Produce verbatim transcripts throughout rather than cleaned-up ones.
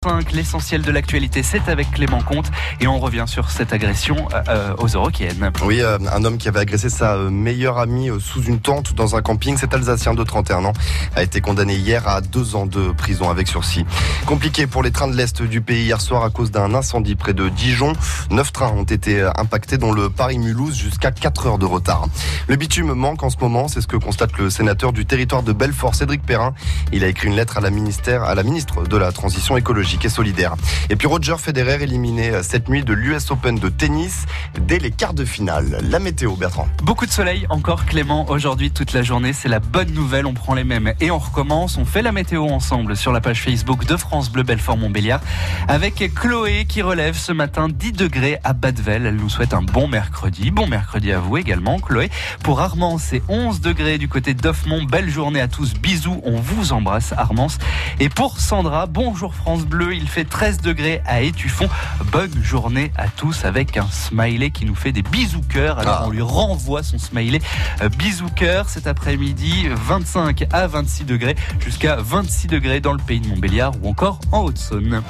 cinq, l'essentiel de l'actualité, c'est avec Clément Comte et on revient sur cette agression euh, aux Eurokéennes. Oui, euh, un homme qui avait agressé sa euh, meilleure amie euh, sous une tente dans un camping, cet Alsacien de trente et un ans, a été condamné hier à deux ans de prison avec sursis. Compliqué pour les trains de l'Est du pays hier soir à cause d'un incendie près de Dijon. Neuf trains ont été impactés, dont le Paris-Mulhouse, jusqu'à quatre heures de retard. Le bitume manque en ce moment, c'est ce que constate le sénateur du territoire de Belfort, Cédric Perrin. Il a écrit une lettre à la, ministère, à la ministre de la Transition écologique et solidaire. Et puis Roger Federer éliminé cette nuit de l'U S Open de tennis dès les quarts de finale. La météo, Bertrand. Beaucoup de soleil encore, Clément, aujourd'hui toute la journée, c'est la bonne nouvelle, on prend les mêmes et on recommence, on fait la météo ensemble sur la page Facebook de France Bleu Belfort Montbéliard avec Chloé qui relève ce matin dix degrés à Badevel. Elle nous souhaite un bon mercredi, bon mercredi à vous également Chloé. Pour Armance, c'est onze degrés du côté d'Offemont, belle journée à tous, bisous, on vous embrasse Armance. Et pour Sandra, bonjour France Bleu, il fait treize degrés à Étueffont. Bonne journée à tous avec un smiley qui nous fait des bisous cœur. Alors ah. on lui renvoie son smiley euh, bisous cœur cet après-midi. vingt-cinq à vingt-six degrés jusqu'à vingt-six degrés dans le pays de Montbéliard ou encore en Haute-Saône.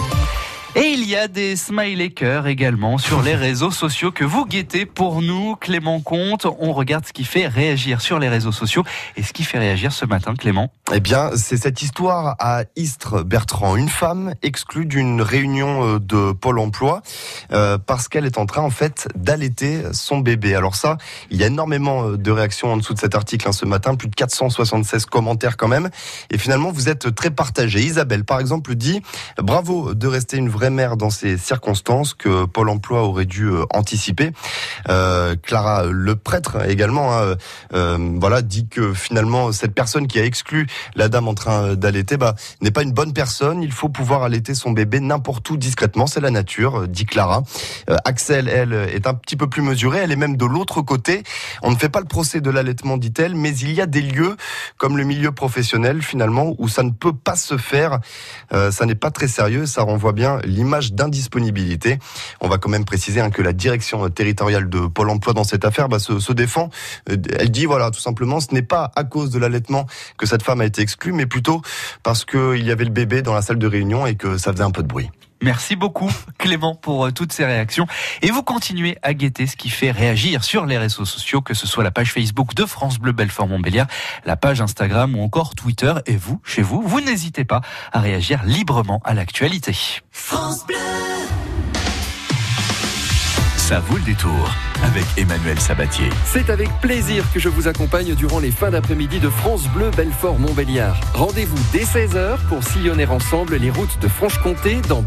Et il y a des smiley cœurs également sur les réseaux sociaux que vous guettez pour nous, Clément Comte. On regarde ce qui fait réagir sur les réseaux sociaux. Et ce qui fait réagir ce matin, Clément ? Eh bien, c'est cette histoire à Istres, Bertrand. Une femme exclue d'une réunion de Pôle emploi euh, parce qu'elle est en train, en fait, d'allaiter son bébé. Alors ça, il y a énormément de réactions en dessous de cet article hein, ce matin. Plus de quatre cent soixante-seize commentaires quand même. Et finalement, vous êtes très partagés. Isabelle, par exemple, dit « Bravo de rester une vraie mère dans ces circonstances que Pôle emploi aurait dû euh, anticiper. Euh, Clara, le prêtre également, hein, euh, voilà, dit que finalement cette personne qui a exclu la dame en train d'allaiter, bah, n'est pas une bonne personne. Il faut pouvoir allaiter son bébé n'importe où discrètement, c'est la nature, dit Clara. Euh, Axel, elle, est un petit peu plus mesurée. Elle est même de l'autre côté. On ne fait pas le procès de l'allaitement, dit-elle, mais il y a des lieux comme le milieu professionnel finalement où ça ne peut pas se faire. Euh, ça n'est pas très sérieux. Ça renvoie bien l'image d'indisponibilité. On va quand même préciser hein, que la direction territoriale de Pôle emploi dans cette affaire bah, se, se défend. Elle dit voilà, tout simplement, ce n'est pas à cause de l'allaitement que cette femme a été exclue, mais plutôt parce qu'il y avait le bébé dans la salle de réunion et que ça faisait un peu de bruit. Merci beaucoup Clément pour euh, toutes ces réactions. Et vous continuez à guetter ce qui fait réagir sur les réseaux sociaux, que ce soit la page Facebook de France Bleu Belfort Montbéliard, la page Instagram ou encore Twitter. Et vous, chez vous, vous n'hésitez pas à réagir librement à l'actualité. France Bleu. Ça vaut le détour avec Emmanuel Sabatier. C'est avec plaisir que je vous accompagne durant les fins d'après-midi de France Bleu Belfort Montbéliard. Rendez-vous dès seize heures pour sillonner ensemble les routes de Franche-Comté dans